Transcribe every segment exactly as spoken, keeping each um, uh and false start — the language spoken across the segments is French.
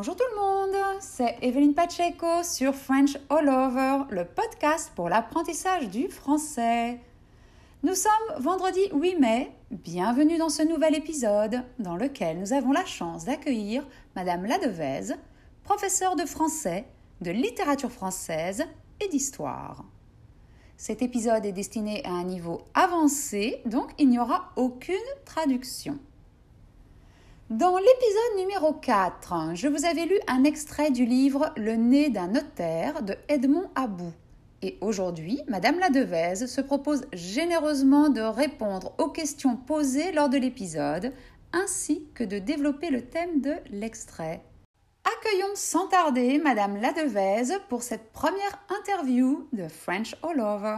Bonjour tout le monde, c'est Evelyne Pacheco sur French All Over, le podcast pour l'apprentissage du français. Nous sommes vendredi huit mai, bienvenue dans ce nouvel épisode dans lequel nous avons la chance d'accueillir Madame Ladevèze, professeure de français, de littérature française et d'histoire. Cet épisode est destiné à un niveau avancé, donc il n'y aura aucune traduction. Dans l'épisode numéro quatre, je vous avais lu un extrait du livre Le nez d'un notaire de Edmond About. Et aujourd'hui, Madame Ladevèze se propose généreusement de répondre aux questions posées lors de l'épisode, ainsi que de développer le thème de l'extrait. Accueillons sans tarder Madame Ladevèze pour cette première interview de French All Over.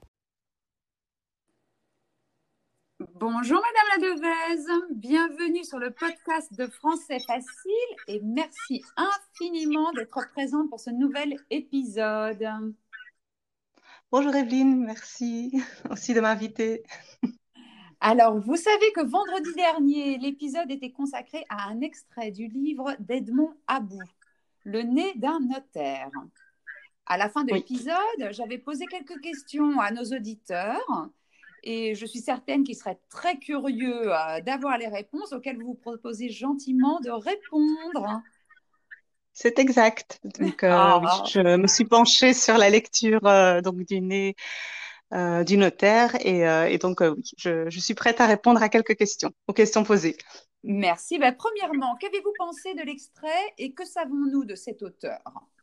Bonjour Madame Ladevèze, bienvenue sur le podcast de Français Facile et merci infiniment d'être présente pour ce nouvel épisode. Bonjour Evelyne, merci aussi de m'inviter. Alors, vous savez que vendredi dernier, l'épisode était consacré à un extrait du livre d'Edmond About, Le nez d'un notaire. À la fin de Oui. l'épisode, j'avais posé quelques questions à nos auditeurs et je suis certaine qu'ils seraient très curieux euh, d'avoir les réponses auxquelles vous vous proposez gentiment de répondre. C'est exact. Donc euh, oui, Ah, je me suis penchée sur la lecture euh, donc du nez euh, du notaire et, euh, et donc euh, oui, je, je suis prête à répondre à quelques questions, aux questions posées. merci. Ben, premièrement, qu'avez-vous pensé de l'extrait et que savons-nous de cet auteur?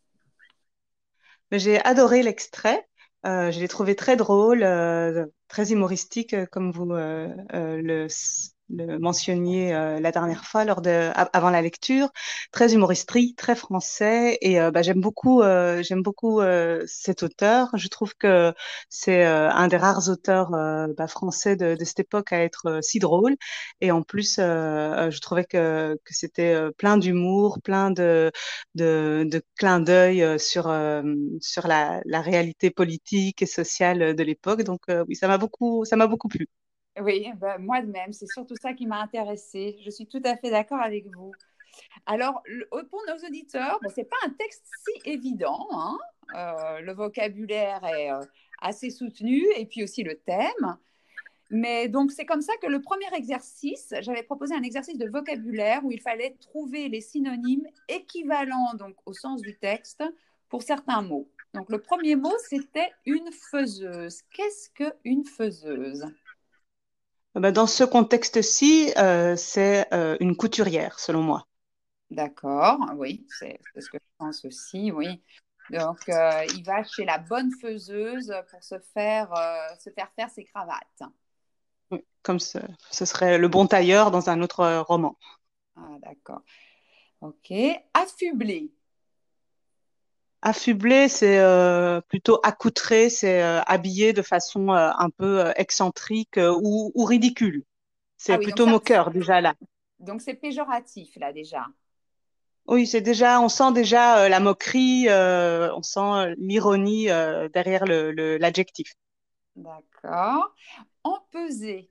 J'ai adoré l'extrait. Euh, je l'ai trouvé très drôle, euh, très humoristique, euh, comme vous euh, euh, le, le mentionniez euh, la dernière fois lors de, a- avant la lecture. Très humoristique, très français, et euh, bah, j'aime beaucoup, euh, j'aime beaucoup euh, cet auteur. Je trouve que c'est euh, un des rares auteurs euh, bah, français de, de cette époque à être euh, si drôle. Et en plus, euh, euh, je trouvais que, que c'était euh, plein d'humour, plein de de, de clins d'œil euh, sur, euh, sur la, la réalité politique et sociale de l'époque. Donc euh, oui, ça m'a beaucoup, ça m'a beaucoup plu. Oui, ben, moi de même, c'est surtout ça qui m'a intéressée. Je suis tout à fait d'accord avec vous. Alors, le- pour nos auditeurs, bon, ce n'est pas un texte si évident, hein. Euh, le vocabulaire est euh, assez soutenu et puis aussi le thème. Mais donc, c'est comme ça que le premier exercice, j'avais proposé un exercice de vocabulaire où il fallait trouver les synonymes équivalents donc, au sens du texte pour certains mots. Donc, le premier mot, c'était une faiseuse. Qu'est-ce qu'une faiseuse? Euh, bah, dans ce contexte-ci, euh, c'est euh, une couturière, selon moi. D'accord, oui, c'est c'est ce que je pense aussi, oui. Donc, euh, il va chez la bonne faiseuse pour se faire, euh, se faire faire ses cravates. Oui, comme ce, ce serait le bon tailleur dans un autre euh, roman. Ah, d'accord. OK. Affublé. Affublé, c'est euh, plutôt accoutré, c'est euh, habillé de façon euh, un peu euh, excentrique euh, ou, ou ridicule. Ah C'est oui, donc plutôt ça, moqueur déjà là. donc c'est péjoratif là déjà. Oui, c'est déjà, on sent déjà euh, la moquerie, euh, on sent euh, l'ironie euh, derrière le, le- l'adjectif. D'accord. Empesé.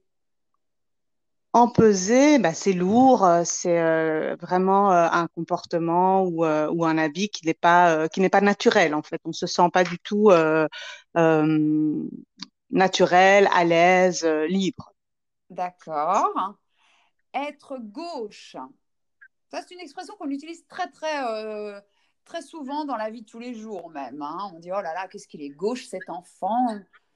Empesé, bah, c'est lourd, euh, c'est euh, vraiment euh, un comportement ou, euh, ou un habit qui n'est pas, euh, qui n'est pas naturel en fait. On se sent pas du tout euh, euh, naturel, à l'aise, euh, libre. D'accord. Être gauche. Ça, c'est une expression qu'on utilise très, très, euh, très souvent dans la vie de tous les jours même, hein. On dit, oh là là, qu'est-ce qu'il est gauche cet enfant.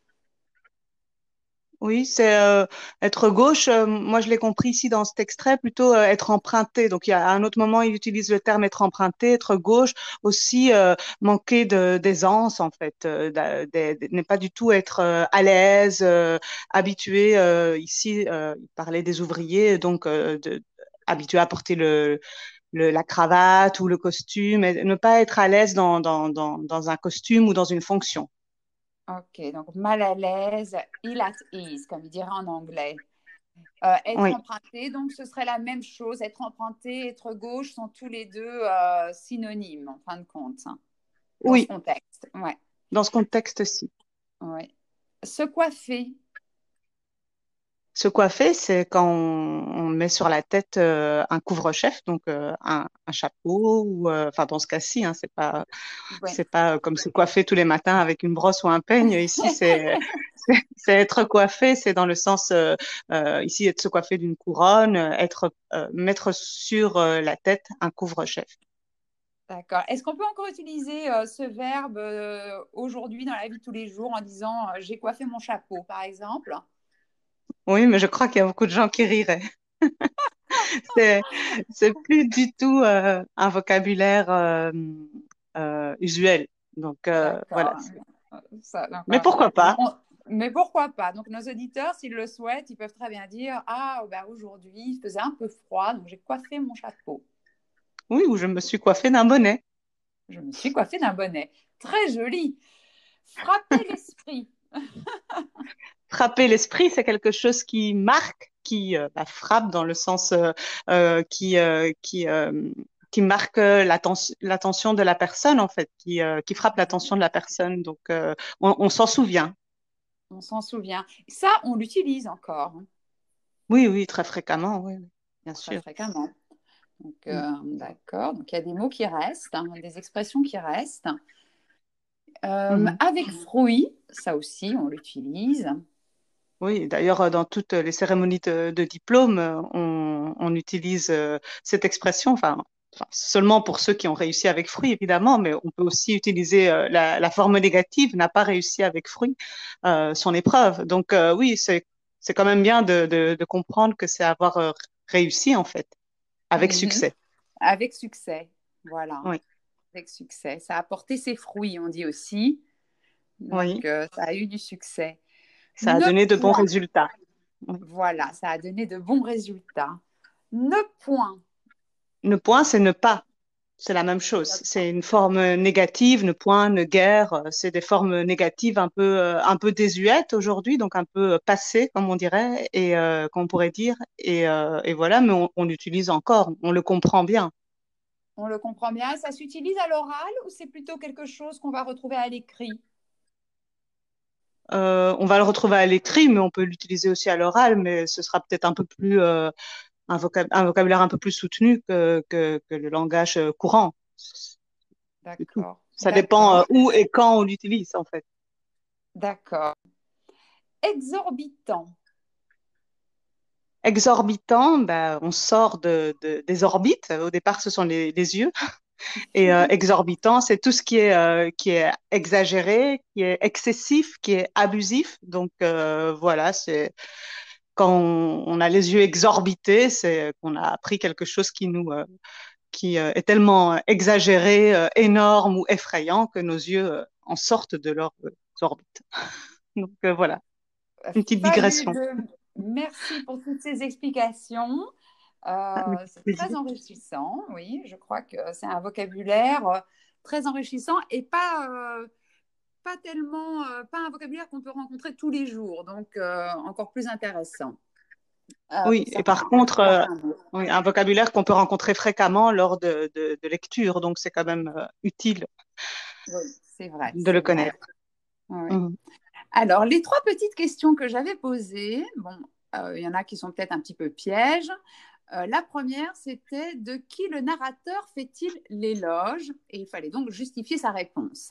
Oui, c'est euh, être gauche. Euh, moi, je l'ai compris ici dans cet extrait, plutôt euh, être emprunté. Donc, il y a à un autre moment, il utilise le terme être emprunté, être gauche, aussi euh, manquer de d'aisance en fait, euh, d'a- d'a- n'est pas du tout être euh, à l'aise, euh, habitué. Euh, ici, euh, il parlait des ouvriers, donc euh, de, habitué à porter le, le la cravate ou le costume, et ne pas être à l'aise dans dans dans dans un costume ou dans une fonction. Ok, donc mal à l'aise, ill at ease, comme il dirait en anglais. Euh, être Oui, emprunté, donc ce serait la même chose. Être emprunté, être gauche sont tous les deux euh, synonymes en fin de compte, hein, dans ce oui, contexte. Ouais, dans ce contexte-ci. ouais. Se coiffer. Se coiffer, c'est quand on, on met sur la tête euh, un couvre-chef, donc euh, un, un chapeau, ou euh, enfin dans ce cas-ci, hein, c'est pas Ouais. c'est pas euh, comme se coiffer tous les matins avec une brosse ou un peigne. Ici, c'est c'est c'est être coiffé, c'est dans le sens euh, euh, ici être se coiffer d'une couronne, euh, être euh, mettre sur euh, la tête un couvre-chef. D'accord. Est-ce qu'on peut encore utiliser euh, ce verbe euh, aujourd'hui dans la vie de tous les jours en disant euh, j'ai coiffé mon chapeau, par exemple? Oui, mais je crois qu'il y a beaucoup de gens qui riraient. C'est c'est plus du tout euh, un vocabulaire euh, euh, usuel. Donc euh, voilà. D'accord. c'est- Ça, Mais d'accord. pourquoi Donc, pas? on- Mais pourquoi pas? Donc, nos auditeurs, s'ils le souhaitent, ils peuvent très bien dire, ah, bah, aujourd'hui, il faisait un peu froid, donc j'ai coiffé mon chapeau. Oui, ou je me suis coiffée d'un bonnet. Je me suis coiffée d'un bonnet. Très joli. Frapper l'esprit. Frapper l'esprit, c'est quelque chose qui marque, qui euh, bah, frappe dans le sens euh, euh, qui euh, qui euh, qui marque euh, l'atten- l'attention de la personne en fait, qui euh, qui frappe l'attention de la personne. Donc euh, on, on s'en souvient. On s'en souvient. Ça, on l'utilise encore hein, Oui, oui, très fréquemment, oui, oui, bien très sûr. fréquemment. Donc, Mm. euh, d'accord. Donc, il y a des mots qui restent, hein, des expressions qui restent. Euh, Mhm. avec fruit, ça aussi, on l'utilise. Oui, d'ailleurs, euh, dans toutes les cérémonies de, de diplôme, euh, on, on utilise euh, cette expression, enfin, enfin, seulement pour ceux qui ont réussi avec fruit, évidemment, mais on peut aussi utiliser euh, la, la forme négative, n'a pas réussi avec fruit, euh, son épreuve. Donc, euh, oui, c'est, c'est quand même bien de, de, de comprendre que c'est avoir euh, réussi, en fait, avec Mhm. succès. Avec succès. Voilà. Oui, Avec succès. Ça a porté ses fruits, on dit aussi. Donc, oui, euh, ça a eu du succès. ça a Ne donné de bons point. résultats. Oui. Voilà, ça a donné de bons résultats. Ne point. Ne point, c'est ne pas. C'est la même Ne chose. pas. C'est une forme négative, ne point, ne guère. euh, C'est des formes négatives un peu, euh, un peu désuètes aujourd'hui, donc un peu euh, passées, comme on dirait, et euh, qu'on pourrait dire. Et, euh, et voilà, mais on, on l'utilise encore. On le comprend bien. On le comprend bien. Ça s'utilise à l'oral ou c'est plutôt quelque chose qu'on va retrouver à l'écrit? Euh, on va le retrouver à l'écrit, mais on peut l'utiliser aussi à l'oral, mais ce sera peut-être un peu plus, euh, un vocab- un vocabulaire un peu plus soutenu que, que, que le langage euh, courant. C'est tout. D'accord, Ça dépend euh, d'accord, où et quand on l'utilise, en fait. d'accord. Exorbitant. Exorbitant, ben, on sort de, de- des orbites. Au départ, ce sont les, les yeux. Et euh, exorbitant, c'est tout ce qui est, euh, qui est exagéré, qui est excessif, qui est abusif. Donc euh, voilà, c'est quand on, on a les yeux exorbités, c'est qu'on a appris quelque chose qui nous, euh, qui euh, est tellement exagéré, euh, énorme ou effrayant que nos yeux euh, en sortent de leurs euh, orbites. Donc euh, voilà, une petite digression. Fabuleux. Merci pour toutes ces explications. Avec Euh, c'est très plaisir. enrichissant, oui. Je crois que c'est un vocabulaire euh, très enrichissant et pas, euh, pas tellement, euh, pas un vocabulaire qu'on peut rencontrer tous les jours, donc euh, encore plus intéressant euh, Oui, avec et par certains, contre, euh, certains mots. oui, un vocabulaire qu'on peut rencontrer fréquemment lors de, de, de lecture, donc c'est quand même euh, utile Oui, c'est vrai, de le c'est vrai. connaître. Oui. Mhm. Alors, les trois petites questions que j'avais posées, bon, euh, il y en a qui sont peut-être un petit peu pièges. Euh, la première, c'était de qui le narrateur fait-il l'éloge? Et il fallait donc justifier sa réponse.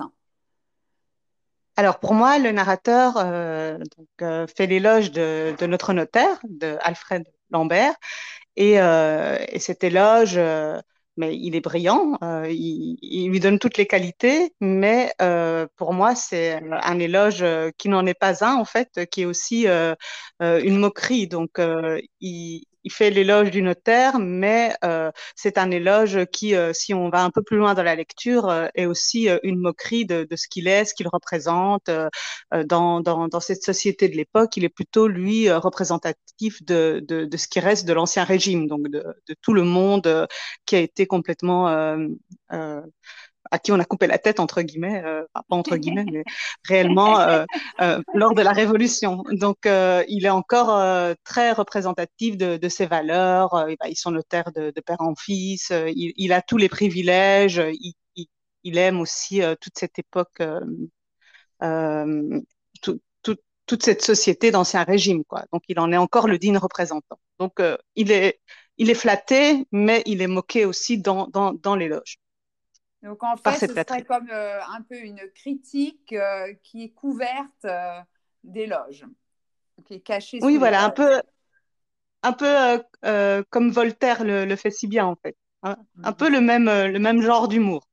Alors pour moi, le narrateur euh, donc, euh, fait l'éloge de, de notre notaire, de Alfred Lambert, et, euh, et cet éloge, euh, mais il est brillant, euh, il, il lui donne toutes les qualités, mais euh, pour moi, c'est un éloge euh, qui n'en est pas un, en fait, qui est aussi euh, euh, une moquerie. Donc, euh, il, il fait l'éloge du notaire, mais euh, c'est un éloge qui, euh, si on va un peu plus loin dans la lecture, euh, est aussi euh, une moquerie de, de ce qu'il est, ce qu'il représente euh, euh, dans, dans, dans cette société de l'époque. Il est plutôt, lui, euh, représentatif de, de, de ce qui reste de l'Ancien Régime, donc de, de tout le monde euh, qui a été complètement, euh, euh, à qui on a coupé la tête, entre guillemets, euh, enfin, pas entre guillemets, mais réellement euh, euh, lors de la Révolution. Donc, euh, il est encore euh, très représentatif de, de ses valeurs. Euh, et ben, ils sont notaires de, de père en fils. Euh, il, il a tous les privilèges. Il, il, il aime aussi euh, toute cette époque. Euh, euh, tout, tout, toute cette société d'Ancien Régime, quoi. Donc, il en est encore le digne représentant. Donc, euh, il est, il est flatté, mais il est moqué aussi dans, dans, dans les loges, Donc en par fait, cette ce serait flatterie. comme euh, un peu une critique euh, qui est couverte euh, des loges, qui est cachée Oui, sous les voilà, un loges. peu, un peu euh, euh, comme Voltaire le, le fait si bien, en fait. Hein. Un peu Mhm. le même, euh, le même genre d'humour,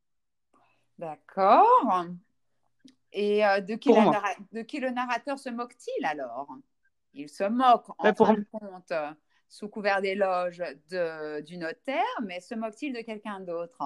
D'accord. Et euh, de, qui pour la moi. narra- de qui le narrateur se moque-t-il alors? Il se moque en Mais pour, fin de compte, euh, sous couvert des loges de, du notaire, mais se moque-t-il de quelqu'un d'autre?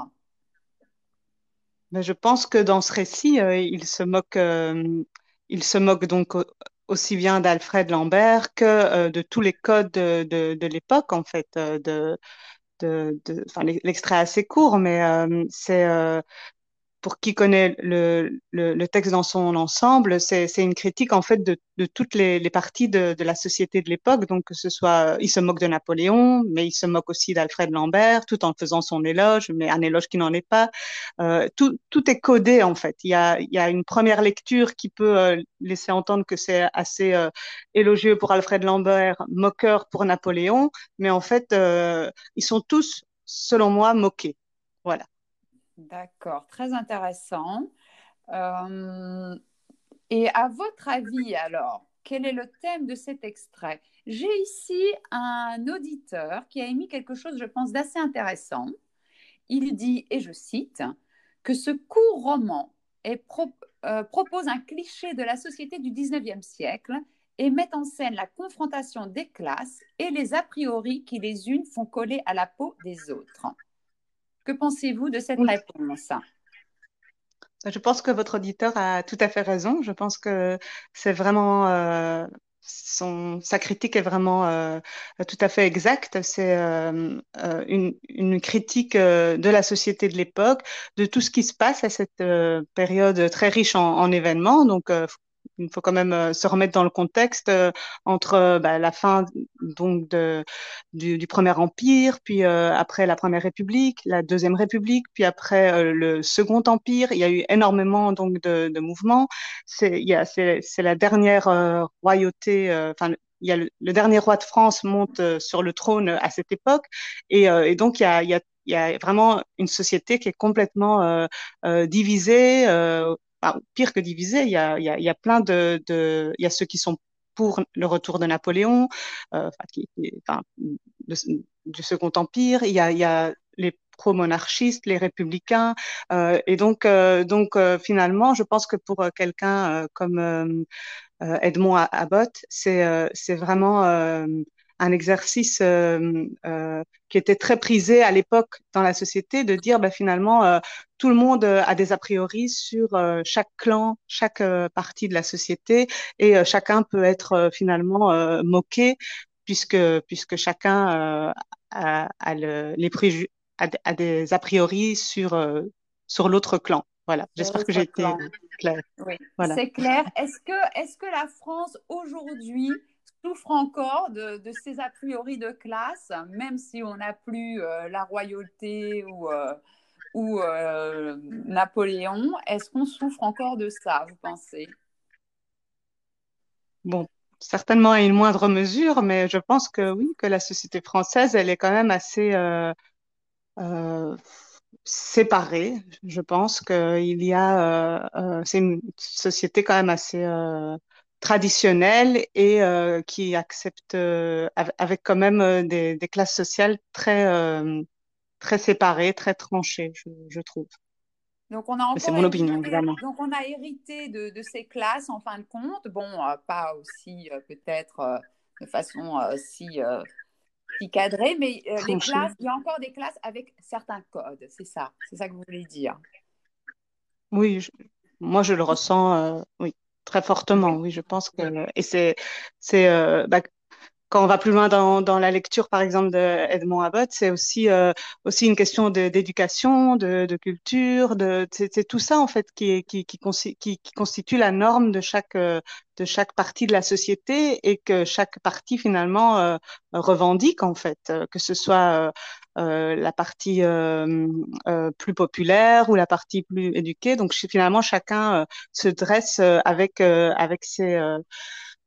mais je pense que dans ce récit, euh, il se moque, euh, il se moque donc au- aussi bien d'Alfred Lambert que euh, de tous les codes de, de, de l'époque, en fait. euh, de, de, de, enfin, l'extrait est assez court, mais euh, c'est euh, pour qui connaît le, le, le texte dans son ensemble, c'est, c'est une critique en fait de, de toutes les, les parties de, de la société de l'époque. Donc que ce soit, il se moque de Napoléon, mais il se moque aussi d'Alfred Lambert, tout en faisant son éloge, mais un éloge qui n'en est pas. Euh, tout, tout est codé en fait. Il y a, il y a une première lecture qui peut euh, laisser entendre que c'est assez euh, élogieux pour Alfred Lambert, moqueur pour Napoléon, mais en fait, euh, ils sont tous, selon moi, moqués. Voilà. D'accord, très intéressant. Euh, et à votre avis, alors, quel est le thème de cet extrait? J'ai ici un auditeur qui a émis quelque chose, je pense, d'assez intéressant. Il dit, et je cite, que ce court roman est pro- euh, propose un cliché de la société du dix-neuvième siècle et met en scène la confrontation des classes et les a priori qui les unes font coller à la peau des autres. Que pensez-vous de cette Oui. réponse? Je pense que votre auditeur a tout à fait raison. Je pense que c'est vraiment euh, son, sa critique est vraiment euh, tout à fait exacte. C'est euh, euh, une, une critique euh, de la société de l'époque, de tout ce qui se passe à cette euh, période très riche en, en événements. Donc, euh, il faut quand même euh, se remettre dans le contexte euh, entre euh, bah, la fin donc de, du, du Premier Empire, puis euh, après la Première République, la Deuxième République, puis après euh, le Second Empire. Il y a eu énormément donc de, de mouvements. C'est, il y a, c'est, c'est la dernière euh, royauté, euh, enfin, il y a le, le dernier roi de France monte euh, sur le trône à cette époque, et, euh, et donc il y a, il y a il y a vraiment une société qui est complètement euh, euh, divisée, euh, enfin, pire que divisée. Il y a, il y a, il y a plein de, de, il y a ceux qui sont pour le retour de Napoléon, euh, enfin, qui, qui- enfin, de- du Second Empire. Il y a, il y a les pro-monarchistes, les républicains. Euh, et donc, euh, donc euh, finalement, je pense que pour euh, quelqu'un euh, comme euh, euh, Edmond Abbott, c'est euh, c'est vraiment euh, un exercice euh, euh, qui était très prisé à l'époque dans la société, de dire bah, finalement euh, tout le monde euh, a des a priori sur euh, chaque clan, chaque euh, partie de la société, et euh, chacun peut être euh, finalement euh, moqué puisque puisque chacun euh, a, a le, les préjugés, a, a des a priori sur euh, sur l'autre clan. Voilà. Sur J'espère que j'ai l'autre été clan. claire. Oui, Voilà. c'est clair. Est-ce que, est-ce que la France aujourd'hui souffre encore de, de ces a priori de classe, même si on n'a plus euh, la royauté ou, euh, ou euh, Napoléon? Est-ce qu'on souffre encore de ça, vous pensez? Bon, certainement à une moindre mesure, mais je pense que oui, que la société française, elle est quand même assez euh, euh, séparée. Je pense qu'il y a, euh, euh, c'est une société quand même assez euh, traditionnelle et euh, qui accepte, euh, av- avec quand même euh, des, des classes sociales très, euh, très séparées, très tranchées, je, je trouve. Donc on a Mais c'est encore mon opinion, hérité, évidemment. donc on a hérité de, de ces classes en fin de compte. Bon, euh, pas aussi euh, peut-être euh, de façon euh, si, euh, si cadrée, mais euh, les classes, Tranchées. il y a encore des classes avec certains codes. C'est ça, c'est ça que vous voulez dire. Oui, je- moi je le ressens, euh, oui, très fortement. Oui. Oui, je pense que et c'est c'est euh, bah, quand on va plus loin dans, dans la lecture, par exemple, de Edmond Abbott, c'est aussi, euh, aussi une question de, d'éducation, de, de culture, de, c'est, c'est tout ça, en fait, qui, est- qui, qui, consi- qui, qui constitue la norme de chaque, euh, de chaque partie de la société et que chaque partie, finalement, euh, revendique, en fait, euh, que ce soit euh, euh, la partie euh, euh, plus populaire ou la partie plus éduquée. Donc, ch- finalement, chacun euh, se dresse euh, avec, euh, avec ses, euh,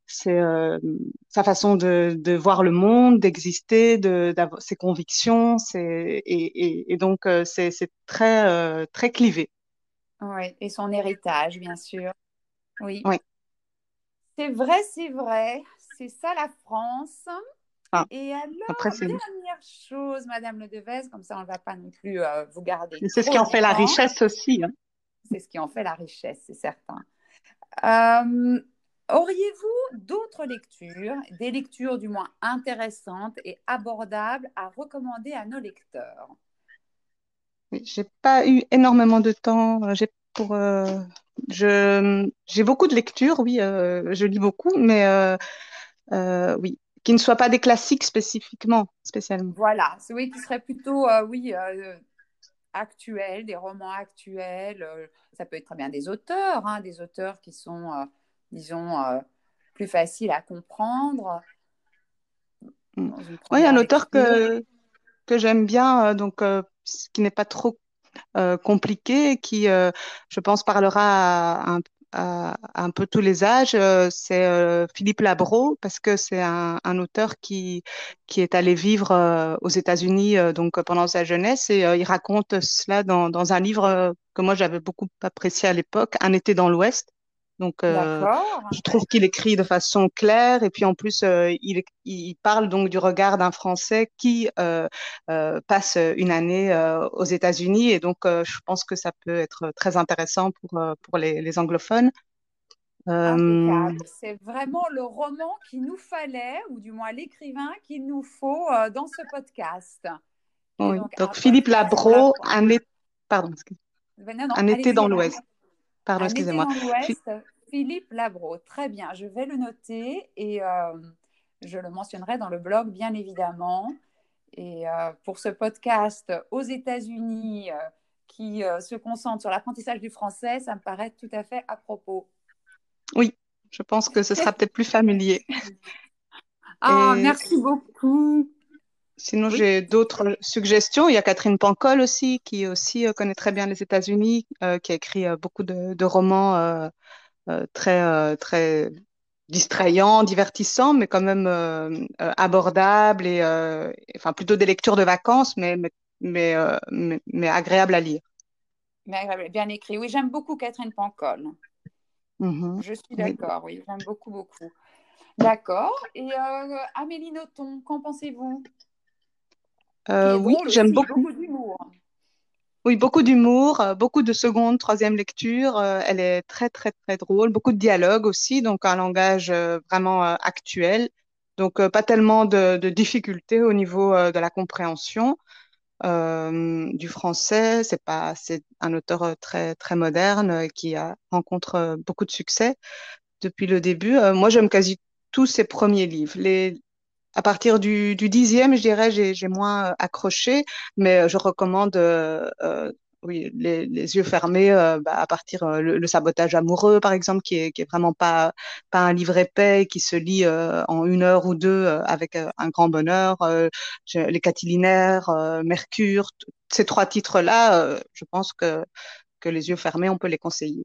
c'est euh, sa façon de, de voir le monde, d'exister, de, d'avoir ses convictions, c'est, et, et, et donc euh, c'est, c'est très, euh, très clivé. Oui, et son héritage, bien sûr. Oui, Oui. c'est vrai, c'est vrai. C'est ça la France. Ah, Et après, alors, c'est, dernière chose, Madame Le Devez, comme ça on ne va pas non plus euh, vous garder c'est ce trop qui en fait la longtemps. richesse aussi, hein. C'est ce qui en fait la richesse, c'est certain. Euh, auriez-vous d'autres lectures, des lectures du moins intéressantes et abordables à recommander à nos lecteurs? Oui, j'ai pas eu énormément de temps. euh, J'ai pour, euh, je, j'ai beaucoup de lectures, oui, euh, je lis beaucoup, mais euh, euh, oui, qui ne soient pas des classiques spécifiquement, spécialement. Voilà, celui qui serait plutôt, euh, oui, euh, actuel, des romans actuels. Euh, ça peut être très bien des auteurs, hein, des auteurs qui sont, euh, disons, euh, plus faciles à comprendre Mm. dans une Oui, un première auteur lecture. que que j'aime bien, euh, donc euh, qui n'est pas trop euh, compliqué, qui, euh, je pense, parlera à un, à- à un peu tous les âges. Euh, c'est euh, Philippe Labro, parce que c'est un, un auteur qui, qui est allé vivre euh, aux États-Unis euh, donc pendant sa jeunesse, et euh, il raconte cela dans, dans un livre euh, que moi j'avais beaucoup apprécié à l'époque, Un été dans l'Ouest. Donc, euh, D'accord. je trouve qu'il écrit de façon claire, et puis en plus, euh, il, il parle donc du regard d'un Français qui euh, euh, passe une année euh, aux États-Unis, et donc euh, je pense que ça peut être très intéressant pour, euh, pour les, les anglophones. Euh, Impeccable. C'est vraiment le roman qu'il nous fallait, ou du moins l'écrivain qu'il nous faut euh, dans ce podcast. Et oui. donc, Donc un Philippe podcast sur la... Labro, un, é- pardon, excuse- Non, non, un été allez-y, dans allez-y. l'Ouest. Pardon, Un été excusez-moi. dans Phi- l'Ouest, Philippe Labro. Très bien, je vais le noter et euh, je le mentionnerai dans le blog, bien évidemment. Et euh, pour ce podcast aux États-Unis euh, qui euh, se concentre sur l'apprentissage du français, ça me paraît tout à fait à propos. Oui, je pense que ce sera peut-être plus familier. Ah, Et merci beaucoup. sinon, Oui, j'ai d'autres suggestions. Il y a Catherine Pancol aussi, qui aussi euh, connaît très bien les États-Unis, euh, qui a écrit euh, beaucoup de, de romans euh, euh, très, euh, très distrayants, divertissants, mais quand même euh, euh, abordables, et euh, enfin plutôt des lectures de vacances, mais, mais, mais, euh, mais, mais agréables à lire. mais bien écrit. Oui, j'aime beaucoup Catherine Pancol. Mhm. Je suis Oui, d'accord, oui, j'aime beaucoup, beaucoup. D'accord. Et euh, Amélie Nothomb, qu'en pensez-vous? Qui Euh, est oui, drôle j'aime aussi, beaucoup. beaucoup d'humour. Oui, beaucoup d'humour, euh, beaucoup de seconde, troisième lecture. Euh, elle est très, très, très drôle. Beaucoup de dialogue aussi, donc un langage euh, vraiment euh, actuel. Donc, euh, pas tellement de, de difficultés au niveau euh, de la compréhension euh, du français. C'est pas, c'est un auteur euh, très, très moderne euh, qui a, rencontre euh, beaucoup de succès depuis le début. Euh, moi, j'aime quasi tous ses premiers livres. Les, à partir du, du dixième, je dirais, j'ai, j'ai moins euh, accroché, mais euh, je recommande euh, euh, oui, les, les yeux fermés euh, bah, à partir euh, le, le sabotage amoureux, par exemple, qui est, qui est vraiment pas, pas un livre épais, qui se lit euh, en une heure ou deux euh, avec euh, un grand bonheur. Euh, j'ai- les Catilinaires, euh, Mercure, t- ces trois titres-là, euh, je pense que, que les yeux fermés, on peut les conseiller.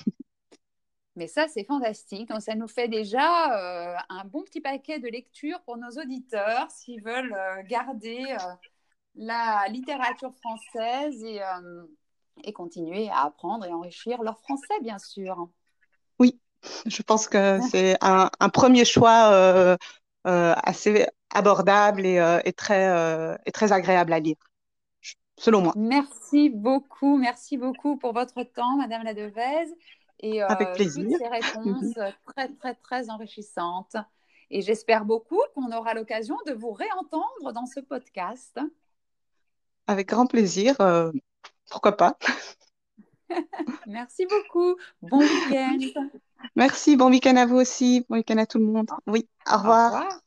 Mais ça, c'est fantastique. Donc, ça nous fait déjà euh, un bon petit paquet de lectures pour nos auditeurs s'ils veulent euh, garder euh, la littérature française et, euh, et continuer à apprendre et enrichir leur français, bien sûr. Oui, je pense que c'est un, un premier choix euh, euh, assez abordable et, euh, et très, euh, et très agréable à lire, selon moi. Merci beaucoup, merci beaucoup pour votre temps, Madame la Devèze, et Avec euh, toutes plaisir. ces Mhm. réponses très, très, très enrichissantes. Et j'espère beaucoup qu'on aura l'occasion de vous réentendre dans ce podcast. Avec grand plaisir. Euh, pourquoi pas? Merci beaucoup. Bon week-end. Merci. Bon week-end à vous aussi. Bon week-end à tout le monde. Oui, au Au revoir. revoir.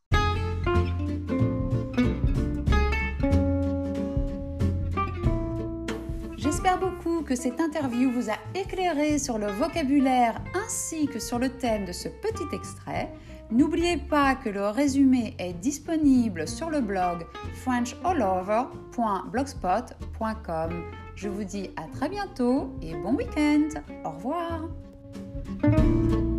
J'espère beaucoup que cette interview vous a éclairé sur le vocabulaire ainsi que sur le thème de ce petit extrait. N'oubliez pas que le résumé est disponible sur le blog french all over point blogspot point com. Je vous dis à très bientôt et bon week-end. Au revoir.